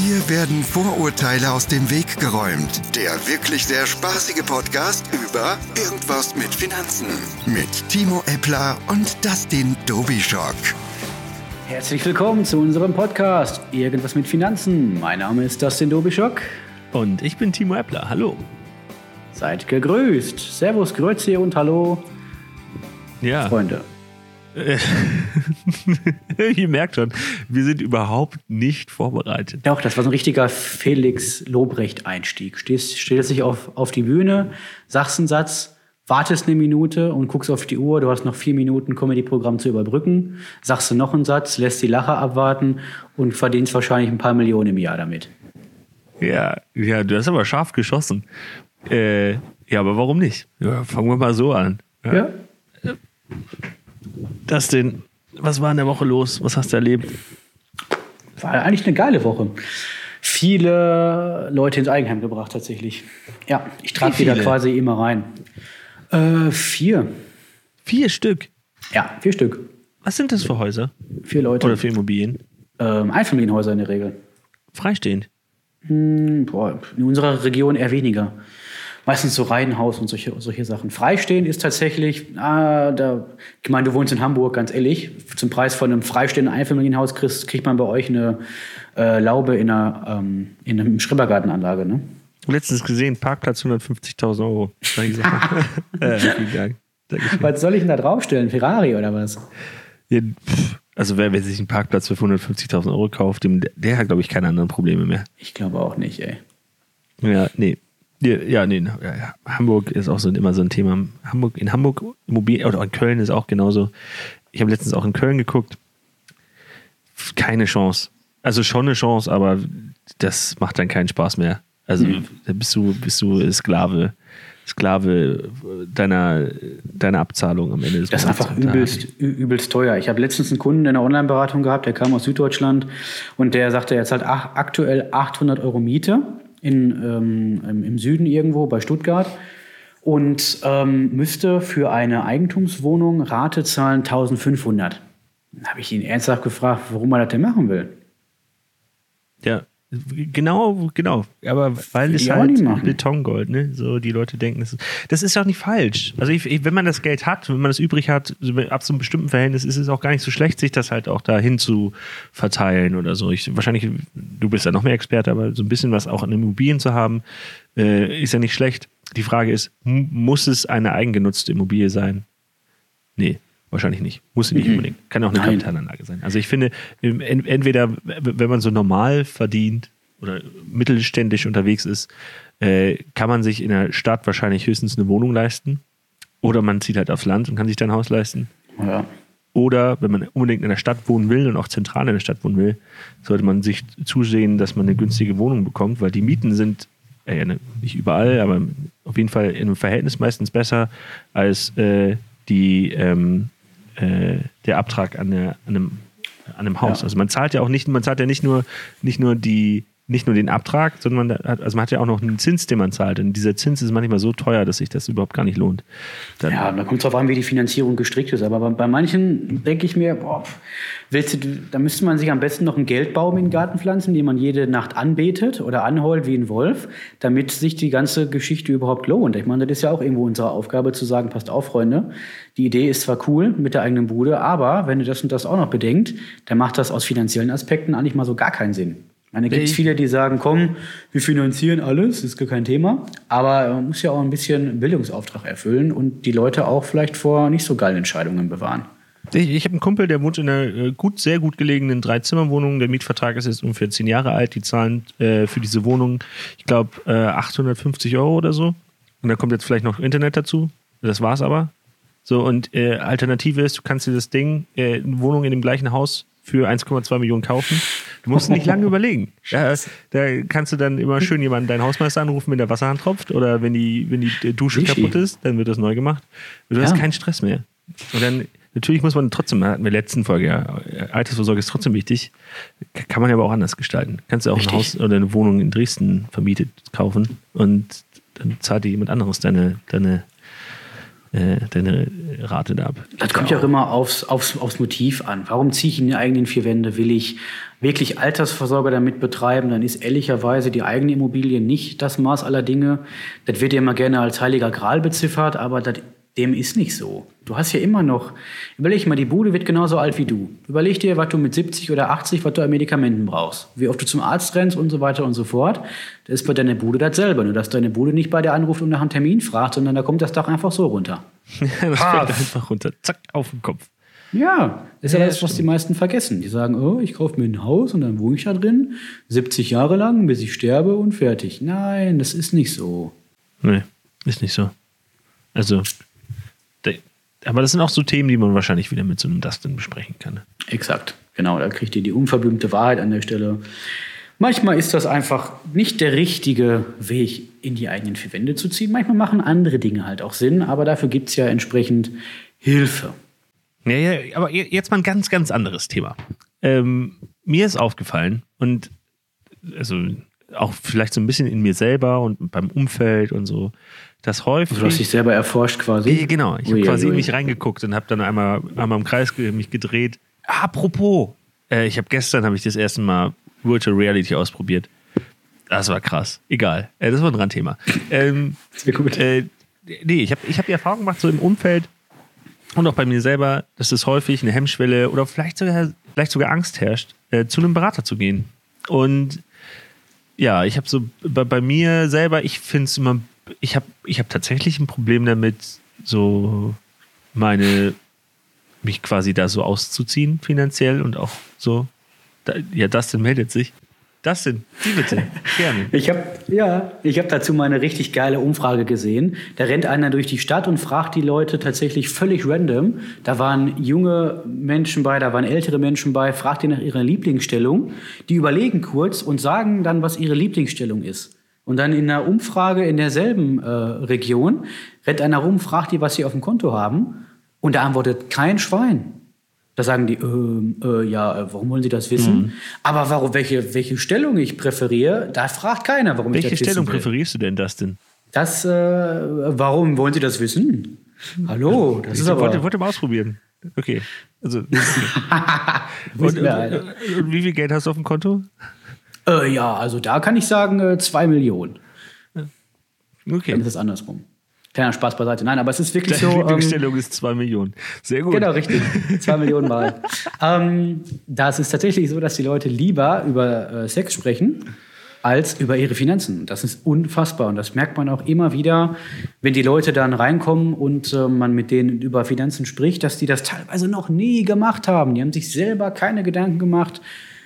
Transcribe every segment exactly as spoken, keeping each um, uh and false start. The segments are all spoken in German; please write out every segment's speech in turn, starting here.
Hier werden Vorurteile aus dem Weg geräumt. Der wirklich sehr spaßige Podcast über Irgendwas mit Finanzen. Mit Timo Eppler und Dustin Dobischock. Herzlich willkommen zu unserem Podcast Irgendwas mit Finanzen. Mein Name ist Dustin Dobischock. Und ich bin Timo Eppler. Hallo. Seid gegrüßt. Servus, Grüezi und Hallo. Ja. Freunde. Ihr merkt schon, wir sind überhaupt nicht vorbereitet. Doch, das war so ein richtiger Felix-Lobrecht-Einstieg. Stehst, stellst dich auf, auf die Bühne, sagst einen Satz, wartest eine Minute und guckst auf die Uhr. Du hast noch vier Minuten Comedy-Programm zu überbrücken. Sagst du noch einen Satz, lässt die Lacher abwarten und verdienst wahrscheinlich ein paar Millionen im Jahr damit. Ja, ja, du hast aber scharf geschossen. Äh, ja, aber warum nicht? Ja, fangen wir mal so an. Ja. ja. Dustin, was war in der Woche los? Was hast du erlebt? War eigentlich eine geile Woche. Viele Leute ins Eigenheim gebracht tatsächlich. Ja, ich trage die da quasi immer rein. Äh, vier. Vier Stück? Ja, vier Stück. Was sind das für Häuser? Vier Leute. Oder für Immobilien? Ähm, Einfamilienhäuser in der Regel. Freistehend? Hm, boah, in unserer Region eher weniger. Meistens so Reihenhaus und solche, solche Sachen. Freistehen ist tatsächlich, ah, da, ich meine, du wohnst in Hamburg, ganz ehrlich, zum Preis von einem freistehenden Einfamilienhaus kriegst, kriegt man bei euch eine äh, Laube in einer, ähm, in einer Schrebergartenanlage, ne? Letztens gesehen, Parkplatz hundertfünfzigtausend Euro. äh, vielen Dank. Was soll ich denn da draufstellen? Ferrari oder was? Ja, also wer, wer sich einen Parkplatz für hundertfünfzigtausend Euro kauft, dem, der hat, glaube ich, keine anderen Probleme mehr. Ich glaube auch nicht, ey. Ja, nee. Ja, ja, nee, ja, ja. Hamburg ist auch so immer so ein Thema. Hamburg, in Hamburg Immobilien, oder in Köln ist auch genauso. Ich habe letztens auch in Köln geguckt. Keine Chance. Also schon eine Chance, aber das macht dann keinen Spaß mehr. Also mhm. da bist du, bist du Sklave, Sklave deiner, deiner Abzahlung am Ende des Monats. Das ist einfach übelst, übelst teuer. Ich habe letztens einen Kunden in der Online-Beratung gehabt, der kam aus Süddeutschland und der sagte, er zahlt aktuell achthundert Euro Miete. In, ähm, im Süden irgendwo bei Stuttgart und ähm, müsste für eine Eigentumswohnung Rate zahlen eintausendfünfhundert. Dann habe ich ihn ernsthaft gefragt, warum er das denn machen will. Ja, genau, genau. Aber weil es halt Betongold, ne? So die Leute denken, das ist, das ist auch nicht falsch. Also ich, ich, wenn man das Geld hat, wenn man das übrig hat, ab so einem bestimmten Verhältnis, ist es auch gar nicht so schlecht, sich das halt auch dahin zu verteilen oder so. Ich, wahrscheinlich, du bist ja noch mehr Experte, aber so ein bisschen was auch an Immobilien zu haben, äh, ist ja nicht schlecht. Die Frage ist, m- muss es eine eigengenutzte Immobilie sein? Nee. Wahrscheinlich nicht. Muss sie nicht mhm. unbedingt. Kann auch eine Nein. Kapitalanlage sein. Also ich finde, entweder, wenn man so normal verdient oder mittelständisch unterwegs ist, äh, kann man sich in der Stadt wahrscheinlich höchstens eine Wohnung leisten. Oder man zieht halt aufs Land und kann sich dann ein Haus leisten. Ja. Oder wenn man unbedingt in der Stadt wohnen will und auch zentral in der Stadt wohnen will, sollte man sich zusehen, dass man eine günstige Wohnung bekommt, weil die Mieten sind, äh, nicht überall, aber auf jeden Fall in einem Verhältnis meistens besser als äh, die ähm, äh, der Abtrag an, der, an, einem, an einem Haus. Ja. Also man zahlt ja auch nicht, man zahlt ja nicht nur, nicht nur die nicht nur den Abtrag, sondern man hat, also man hat ja auch noch einen Zins, den man zahlt. Und dieser Zins ist manchmal so teuer, dass sich das überhaupt gar nicht lohnt. Dann ja, da kommt es darauf an, wie die Finanzierung gestrickt ist. Aber bei, bei manchen denke ich mir, boah, willst du, da müsste man sich am besten noch einen Geldbaum in den Garten pflanzen, den man jede Nacht anbetet oder anheult wie ein Wolf, damit sich die ganze Geschichte überhaupt lohnt. Ich meine, das ist ja auch irgendwo unsere Aufgabe, zu sagen, passt auf, Freunde, die Idee ist zwar cool mit der eigenen Bude, aber wenn ihr das und das auch noch bedenkt, dann macht das aus finanziellen Aspekten eigentlich mal so gar keinen Sinn. Da gibt es viele, die sagen, komm, wir finanzieren alles, ist gar kein Thema. Aber man muss ja auch ein bisschen Bildungsauftrag erfüllen und die Leute auch vielleicht vor nicht so geilen Entscheidungen bewahren. Ich, ich habe einen Kumpel, der wohnt in einer gut, sehr gut gelegenen Dreizimmerwohnung. Der Mietvertrag ist jetzt ungefähr zehn Jahre alt. Die zahlen äh, für diese Wohnung, ich glaube, äh, achthundertfünfzig Euro oder so. Und da kommt jetzt vielleicht noch Internet dazu. Das war's aber. So, und äh, Alternative ist, du kannst dir das Ding, äh, eine Wohnung in dem gleichen Haus für eins Komma zwei Millionen kaufen. Du musst nicht lange überlegen. Ja, da kannst du dann immer schön jemanden, deinen Hausmeister anrufen, wenn der Wasserhahn tropft oder wenn die, wenn die Dusche Richtig. kaputt ist, dann wird das neu gemacht. Du hast Ja. keinen Stress mehr. Und dann, natürlich muss man trotzdem, hatten wir in der letzten Folge, ja, Altersvorsorge ist trotzdem wichtig, kann man ja aber auch anders gestalten. Kannst du auch Richtig. ein Haus oder eine Wohnung in Dresden vermietet kaufen und dann zahlt dir jemand anderes deine, deine äh, deine Rate da ab. Das kommt ja auch immer aufs, aufs, aufs Motiv an. Warum ziehe ich in die eigenen vier Wände? Will ich wirklich Altersvorsorge damit betreiben? Dann ist ehrlicherweise die eigene Immobilie nicht das Maß aller Dinge. Das wird ja immer gerne als heiliger Gral beziffert, aber das, dem ist nicht so. Du hast ja immer noch, überleg mal, die Bude wird genauso alt wie du. Überleg dir, was du mit siebzig oder achtzig, was du an Medikamenten brauchst. Wie oft du zum Arzt rennst und so weiter und so fort. Das ist bei deiner Bude dasselbe. Nur, dass deine Bude nicht bei dir anruft und nach einem Termin fragt, sondern da kommt das Dach einfach so runter. das fällt einfach runter. Zack, auf den Kopf. Ja, das ist ja das, was die meisten vergessen. Die sagen, oh, ich kaufe mir ein Haus und dann wohne ich da drin, siebzig Jahre lang, bis ich sterbe und fertig. Nein, das ist nicht so. Nee, ist nicht so. Also, aber das sind auch so Themen, die man wahrscheinlich wieder mit so einem Dustin besprechen kann. Exakt, genau. Da kriegt ihr die unverblümte Wahrheit an der Stelle. Manchmal ist das einfach nicht der richtige Weg, in die eigenen vier Wände zu ziehen. Manchmal machen andere Dinge halt auch Sinn, aber dafür gibt es ja entsprechend Hilfe. Ja, ja, aber jetzt mal ein ganz, ganz anderes Thema. Ähm, mir ist aufgefallen und also auch vielleicht so ein bisschen in mir selber und beim Umfeld und so, dass häufig... Du hast dich selber erforscht quasi? Ja, genau, ich habe quasi in mich reingeguckt und habe dann einmal, einmal im Kreis mich gedreht. Apropos, äh, ich habe gestern habe ich das erste Mal Virtual Reality ausprobiert. Das war krass. Egal, äh, das war ein Randthema. Ähm, Sehr gut. Äh, nee, ich habe ich hab die Erfahrung gemacht, so im Umfeld und auch bei mir selber, dass es häufig eine Hemmschwelle oder vielleicht sogar, vielleicht sogar Angst herrscht, äh, zu einem Berater zu gehen. Und ja, ich habe so bei, bei mir selber, ich finde es immer, ich habe ich hab tatsächlich ein Problem damit, so meine, mich quasi da so auszuziehen finanziell und auch so. Da, ja, Dustin meldet sich. Dustin, wie bitte? Gerne. Ich habe ja, ich habe dazu mal eine richtig geile Umfrage gesehen. Da rennt einer durch die Stadt und fragt die Leute tatsächlich völlig random. Da waren junge Menschen bei, da waren ältere Menschen bei, fragt die nach ihrer Lieblingsstellung. Die überlegen kurz und sagen dann, was ihre Lieblingsstellung ist. Und dann in einer Umfrage in derselben äh, Region rennt einer rum, fragt die, was sie auf dem Konto haben. Und da antwortet kein Schwein. Da sagen die, äh, äh, ja, warum wollen Sie das wissen? Mhm. Aber warum, welche, welche Stellung ich präferiere, da fragt keiner, warum welche ich das wissen Stellung will. präferierst du denn, Dustin? Das, äh, warum wollen Sie das wissen? Hallo, das ich ist aber... wollte, wollte mal ausprobieren. Okay. Also, okay. und, und, und wie viel Geld hast du auf dem Konto? Äh, ja, also da kann ich sagen, äh, zwei Millionen. Okay. Dann ist es andersrum. Kleiner Spaß beiseite. Nein, aber es ist wirklich Deine so... Lieblingsstellung ähm, ist zwei Millionen. Sehr gut. Genau, richtig. Zwei Millionen Mal. ähm, das ist tatsächlich so, dass die Leute lieber über äh, Sex sprechen, als über ihre Finanzen. Das ist unfassbar. Und das merkt man auch immer wieder, wenn die Leute dann reinkommen und äh, man mit denen über Finanzen spricht, dass die das teilweise noch nie gemacht haben. Die haben sich selber keine Gedanken gemacht,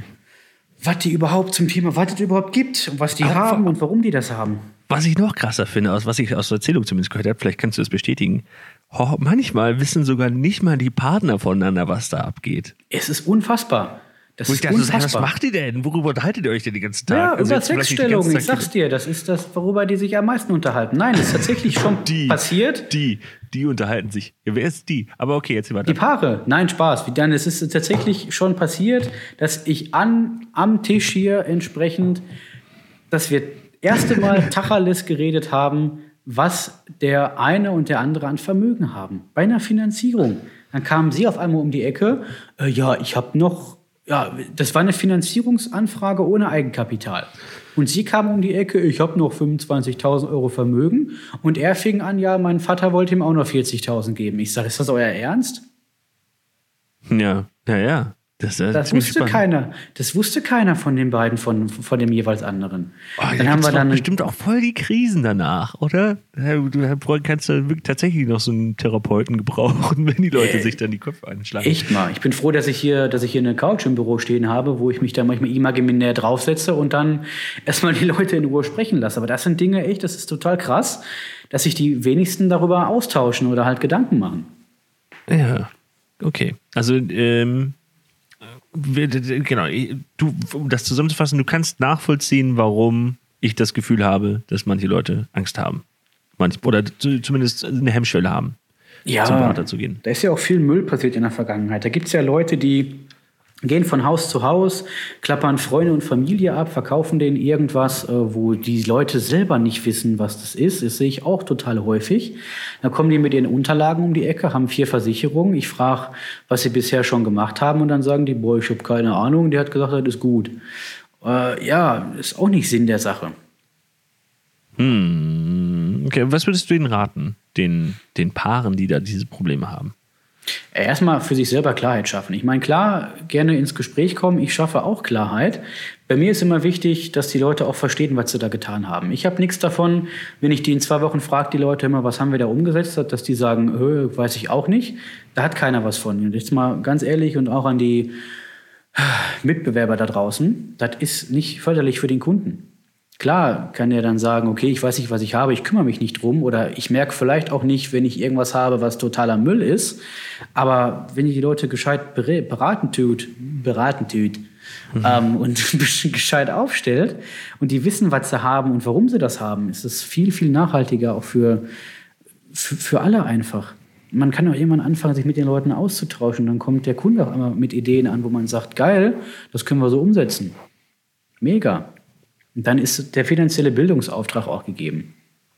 was die überhaupt zum Thema, was es überhaupt gibt und was die Aber haben und warum die das haben. Was ich noch krasser finde, aus was ich aus der Erzählung zumindest gehört habe, vielleicht kannst du das bestätigen, oh, manchmal wissen sogar nicht mal die Partner voneinander, was da abgeht. Es ist unfassbar. Das Wo ist ich dachte, unfassbar. Was macht ihr denn? Worüber unterhaltet ihr euch denn den ganzen Tag? Ja, also über Sexstellungen. Ich sag's dir, das ist das, worüber die sich am meisten unterhalten. Nein, das ist tatsächlich schon die, passiert. Die, die unterhalten sich. Ja, wer ist die? Aber okay, jetzt weiter. Die Paare. Nein, Spaß. Dann, es ist tatsächlich schon passiert, dass ich an, am Tisch hier entsprechend, dass wir erste Mal Tacheles geredet haben, was der eine und der andere an Vermögen haben. Bei einer Finanzierung. Dann kamen sie auf einmal um die Ecke. Äh, ja, ich habe noch... Ja, das war eine Finanzierungsanfrage ohne Eigenkapital. Und sie kam um die Ecke, ich habe noch fünfundzwanzigtausend Euro Vermögen. Und er fing an, ja, mein Vater wollte ihm auch noch vierzigtausend geben. Ich sage, ist das euer Ernst? Ja, ja, ja. Das, äh, das wusste spannend. keiner. Das wusste keiner von den beiden, von, von dem jeweils anderen. Oh, dann da haben wir dann bestimmt auch voll die Krisen danach, oder? Du kannst da wirklich tatsächlich noch so einen Therapeuten gebrauchen, wenn die Leute äh, sich dann die Köpfe anschlagen. Echt mal. Ich bin froh, dass ich hier, dass ich hier eine Couch im Büro stehen habe, wo ich mich da manchmal imaginär draufsetze und dann erstmal die Leute in Ruhe sprechen lasse. Aber das sind Dinge, echt, das ist total krass, dass sich die wenigsten darüber austauschen oder halt Gedanken machen. Ja, okay. Also, ähm, genau, du, um das zusammenzufassen, du kannst nachvollziehen, warum ich das Gefühl habe, dass manche Leute Angst haben. Manch, oder zumindest eine Hemmschwelle haben, ja, zum Berater zu gehen. Da ist ja auch viel Müll passiert in der Vergangenheit. Da gibt es ja Leute, die gehen von Haus zu Haus, klappern Freunde und Familie ab, verkaufen denen irgendwas, äh, wo die Leute selber nicht wissen, was das ist. Das sehe ich auch total häufig. Dann kommen die mit ihren Unterlagen um die Ecke, haben vier Versicherungen. Ich frage, was sie bisher schon gemacht haben und dann sagen die, boah, ich habe keine Ahnung. Der hat gesagt, das ist gut. Äh, ja, ist auch nicht Sinn der Sache. Hm, okay, was würdest du ihnen raten, den, den Paaren, die da diese Probleme haben? Erstmal für sich selber Klarheit schaffen. Ich meine, klar, gerne ins Gespräch kommen. Ich schaffe auch Klarheit. Bei mir ist immer wichtig, dass die Leute auch verstehen, was sie da getan haben. Ich habe nichts davon, wenn ich die in zwei Wochen frage, die Leute immer, was haben wir da umgesetzt, dass die sagen, weiß ich auch nicht. Da hat keiner was von. Und jetzt mal ganz ehrlich und auch an die Mitbewerber da draußen, das ist nicht förderlich für den Kunden. Klar kann er dann sagen, okay, ich weiß nicht, was ich habe, ich kümmere mich nicht drum oder ich merke vielleicht auch nicht, wenn ich irgendwas habe, was totaler Müll ist. Aber wenn ich die Leute gescheit beraten tut, beraten tut mhm. ähm, und ein bisschen gescheit aufstellt und die wissen, was sie haben und warum sie das haben, ist es viel, viel nachhaltiger auch für, für, für alle einfach. Man kann auch irgendwann anfangen, sich mit den Leuten auszutauschen. Dann kommt der Kunde auch immer mit Ideen an, wo man sagt, geil, das können wir so umsetzen. Mega. Und dann ist der finanzielle Bildungsauftrag auch gegeben.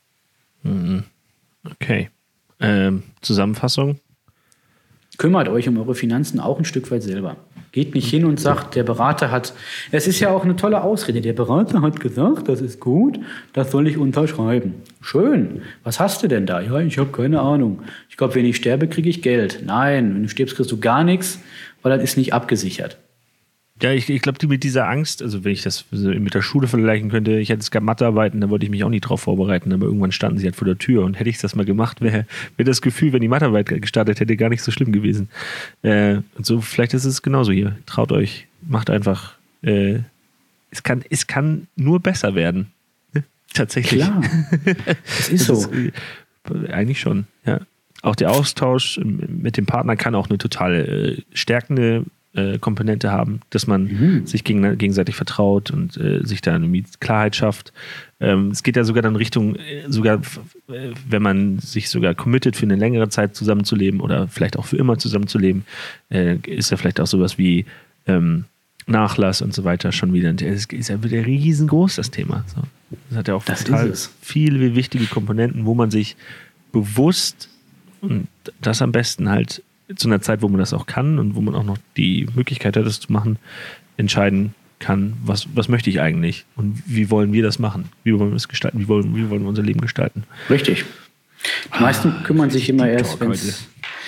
Okay. Ähm, Zusammenfassung? Kümmert euch um eure Finanzen auch ein Stück weit selber. Geht nicht hin und sagt, der Berater hat... Es ist ja auch eine tolle Ausrede. Der Berater hat gesagt, das ist gut, das soll ich unterschreiben. Schön. Was hast du denn da? Ja, ich habe keine Ahnung. Ich glaube, wenn ich sterbe, kriege ich Geld. Nein, wenn du stirbst, kriegst du gar nichts, weil das ist nicht abgesichert. Ja, ich, ich glaube, die mit dieser Angst, also wenn ich das mit der Schule vergleichen könnte, ich hätte es gar Mathearbeiten, da wollte ich mich auch nicht drauf vorbereiten, aber irgendwann standen sie halt vor der Tür und hätte ich das mal gemacht, wäre wär das Gefühl, wenn die Mathearbeit gestartet hätte, gar nicht so schlimm gewesen. Äh, und so, vielleicht ist es genauso hier. Traut euch, macht einfach, äh, es kann, es kann nur besser werden. Tatsächlich. Klar, das ist so. Das ist, äh, eigentlich schon, ja. Auch der Austausch mit dem Partner kann auch eine total äh, stärkende Komponente haben, dass man mhm. sich gegen, gegenseitig vertraut und äh, sich da eine Klarheit schafft. Ähm, es geht ja sogar dann Richtung, äh, sogar äh, wenn man sich sogar committet, für eine längere Zeit zusammenzuleben oder vielleicht auch für immer zusammenzuleben, äh, ist ja vielleicht auch sowas wie ähm, Nachlass und so weiter schon wieder. Es ist ja wieder riesengroß, das Thema. So. Das hat ja auch das total viele wichtige Komponenten, wo man sich bewusst und das am besten halt zu einer Zeit, wo man das auch kann und wo man auch noch die Möglichkeit hat, das zu machen, entscheiden kann, was, was möchte ich eigentlich und wie wollen wir das machen? Wie wollen wir das gestalten? Wie wollen, wie wollen wir unser Leben gestalten? Richtig. Die meisten ah, kümmern sich immer erst, wenn es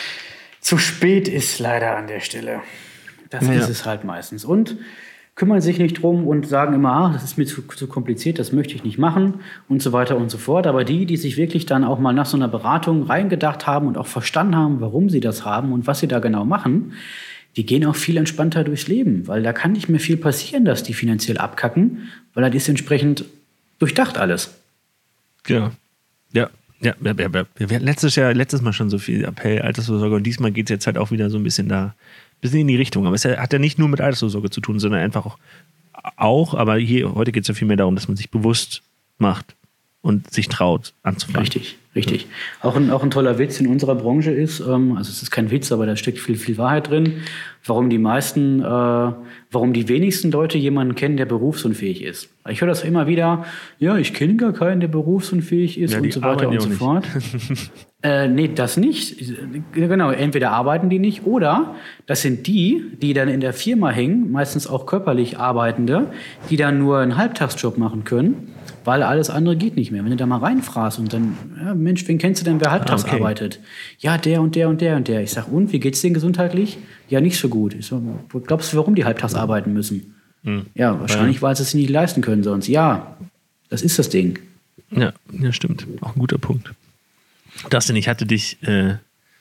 zu spät ist, leider an der Stelle. Das ja. ist es halt meistens. Und kümmern sich nicht drum und sagen immer, ah, das ist mir zu, zu kompliziert, das möchte ich nicht machen und so weiter und so fort. Aber die, die sich wirklich dann auch mal nach so einer Beratung reingedacht haben und auch verstanden haben, warum sie das haben und was sie da genau machen, die gehen auch viel entspannter durchs Leben. Weil da kann nicht mehr viel passieren, dass die finanziell abkacken, weil das ist entsprechend durchdacht alles. Genau. Ja. Ja, ja, ja, ja. Wir hatten letztes Jahr, letztes Mal schon so viel Appell, Altersvorsorge und diesmal geht es jetzt halt auch wieder so ein bisschen da, bisschen in die Richtung. Aber es hat ja nicht nur mit Altersvorsorge zu tun, sondern einfach auch, auch aber hier, heute geht es ja viel mehr darum, dass man sich bewusst macht und sich traut, anzufangen. Richtig, richtig. Ja. Auch, ein, auch ein toller Witz in unserer Branche ist, ähm, also es ist kein Witz, aber da steckt viel, viel Wahrheit drin, warum die meisten, äh, warum die wenigsten Leute jemanden kennen, der berufsunfähig ist. Ich höre das immer wieder, ja, ich kenne gar keinen, der berufsunfähig ist ja, und so weiter und so fort. äh, nee, das nicht. Genau, entweder arbeiten die nicht oder das sind die, die dann in der Firma hängen, meistens auch körperlich Arbeitende, die dann nur einen Halbtagsjob machen können, weil alles andere geht nicht mehr. Wenn du da mal reinfragst und dann, ja, Mensch, wen kennst du denn, wer halbtags okay. arbeitet? Ja, der und der und der und der. Ich sag, und, wie geht's denen gesundheitlich? Ja, nicht so gut. Ich so, glaubst du, warum die halbtags arbeiten müssen? Hm. Ja, wahrscheinlich, weil sie es nicht leisten können sonst. Ja, das ist das Ding. Ja, ja, stimmt. Auch ein guter Punkt. Dustin, ich hatte dich äh,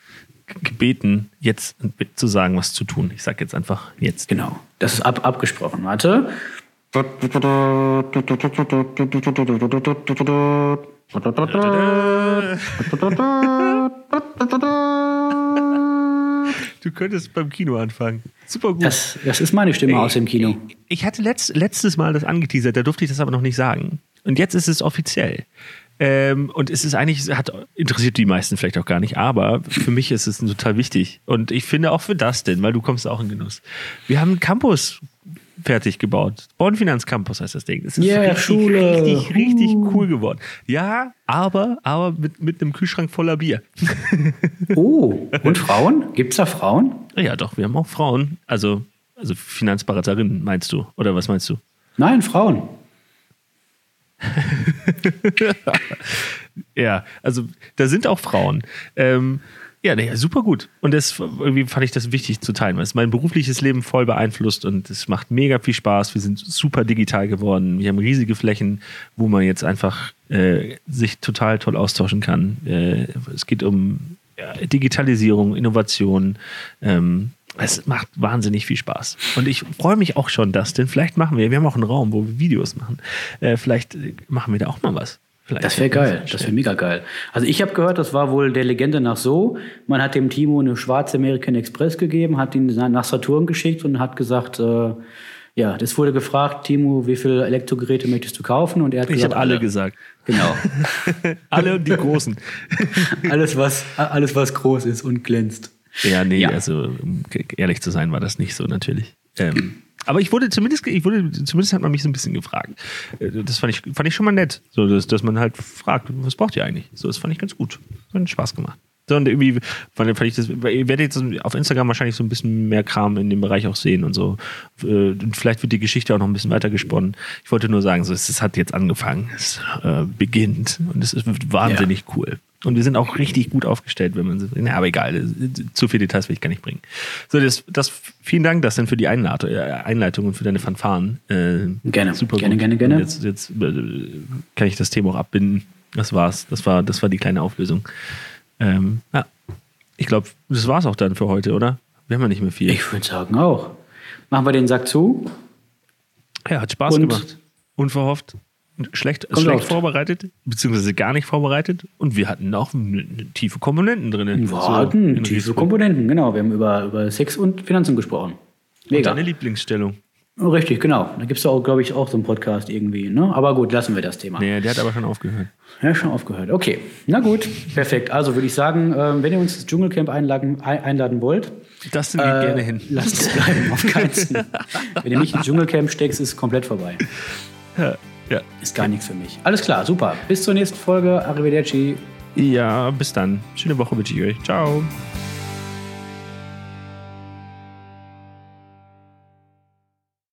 gebeten, jetzt zu sagen, was zu tun. Ich sag jetzt einfach jetzt. Genau, das ist ab, abgesprochen. Warte. Du könntest beim Kino anfangen. Super gut. Das, das ist meine Stimme Ey, aus dem Kino. Ich, ich hatte letzt, letztes Mal das angeteasert, da durfte ich das aber noch nicht sagen. Und jetzt ist es offiziell. Ähm, und es ist eigentlich, hat, interessiert die meisten vielleicht auch gar nicht, aber für mich ist es total wichtig. Und ich finde auch für das denn, weil du kommst auch in Genuss. Wir haben einen Campus fertig gebaut. Bornfinanz-Campus heißt das Ding. Es ist yeah, richtig, Schule. richtig, richtig uh. cool geworden. Ja, aber, aber mit, mit einem Kühlschrank voller Bier. Oh, und Frauen? Gibt's da Frauen? Ja, doch, wir haben auch Frauen. Also, also Finanzberaterinnen, meinst du? Oder was meinst du? Nein, Frauen. Ja, also da sind auch Frauen. Ähm, ja, nee, super gut. Und das irgendwie fand ich das wichtig zu teilen, weil es mein berufliches Leben voll beeinflusst und es macht mega viel Spaß. Wir sind super digital geworden. Wir haben riesige Flächen, wo man jetzt einfach äh, sich total toll austauschen kann. Äh, es geht um ja, Digitalisierung, Innovation. Ähm, es macht wahnsinnig viel Spaß. Und ich freue mich auch schon, dass, denn vielleicht machen wir, wir haben auch einen Raum, wo wir Videos machen. Äh, vielleicht machen wir da auch mal was. Vielleicht das wäre geil, das wäre mega geil. Also ich habe gehört, das war wohl der Legende nach so, man hat dem Timo eine schwarze American Express gegeben, hat ihn nach Saturn geschickt und hat gesagt, äh, ja, das wurde gefragt, Timo, wie viele Elektrogeräte möchtest du kaufen? Und er hat ich gesagt, habe alle, alle gesagt. Genau. Alle und die Großen. alles, was, alles, was groß ist und glänzt. Ja, nee, ja. also um ehrlich zu sein, war das nicht so natürlich. Ähm, aber ich wurde zumindest, ich wurde, zumindest hat man mich so ein bisschen gefragt. Das fand ich, fand ich schon mal nett, so dass, dass man halt fragt, was braucht ihr eigentlich? So, das fand ich ganz gut. Hat Spaß gemacht. So, und irgendwie fand, fand ich das, ihr werdet jetzt auf Instagram wahrscheinlich so ein bisschen mehr Kram in dem Bereich auch sehen und so. Und vielleicht wird die Geschichte auch noch ein bisschen weiter gesponnen. Ich wollte nur sagen, so, es, es hat jetzt angefangen, es äh, beginnt und es, es wird wahnsinnig ja. cool. Und wir sind auch richtig gut aufgestellt, wenn man so. Na, aber egal, zu viele Details will ich gar nicht bringen. So, das, das vielen Dank, das dann für die Einleitung, Einleitung und für deine Fanfaren. Äh, gerne, super gerne, gut. gerne, gerne. Und jetzt, jetzt äh, kann ich das Thema auch abbinden. Das war's. Das war, das war die kleine Auflösung. Ähm, ja, ich glaube, das war's auch dann für heute, oder? Wir haben ja nicht mehr viel. Ich würde sagen auch. Machen wir den Sack zu. Ja, hat Spaß und gemacht. Unverhofft. Schlecht, schlecht vorbereitet, beziehungsweise gar nicht vorbereitet. Und wir hatten auch eine, eine tiefe Komponenten drin. Wir hatten so, tiefe Komponenten, genau. Wir haben über, über Sex und Finanzen gesprochen. Mega. Und deine Lieblingsstellung. Richtig, genau. Da gibt es auch, glaube ich, auch so einen Podcast irgendwie. Ne? Aber gut, lassen wir das Thema. Nee, der hat aber schon aufgehört. Ja, schon aufgehört. Okay, na gut, perfekt. Also würde ich sagen, äh, wenn ihr uns ins Dschungelcamp einladen, einladen wollt, das sind wir äh, gerne hin. Lasst es bleiben, auf keinen Fall. Wenn ihr nicht ins Dschungelcamp steckst, ist es komplett vorbei. Ja. Ja. Ist gar nichts für mich. Alles klar, super. Bis zur nächsten Folge. Arrivederci. Ja, bis dann. Schöne Woche wünsche ich euch. Ciao.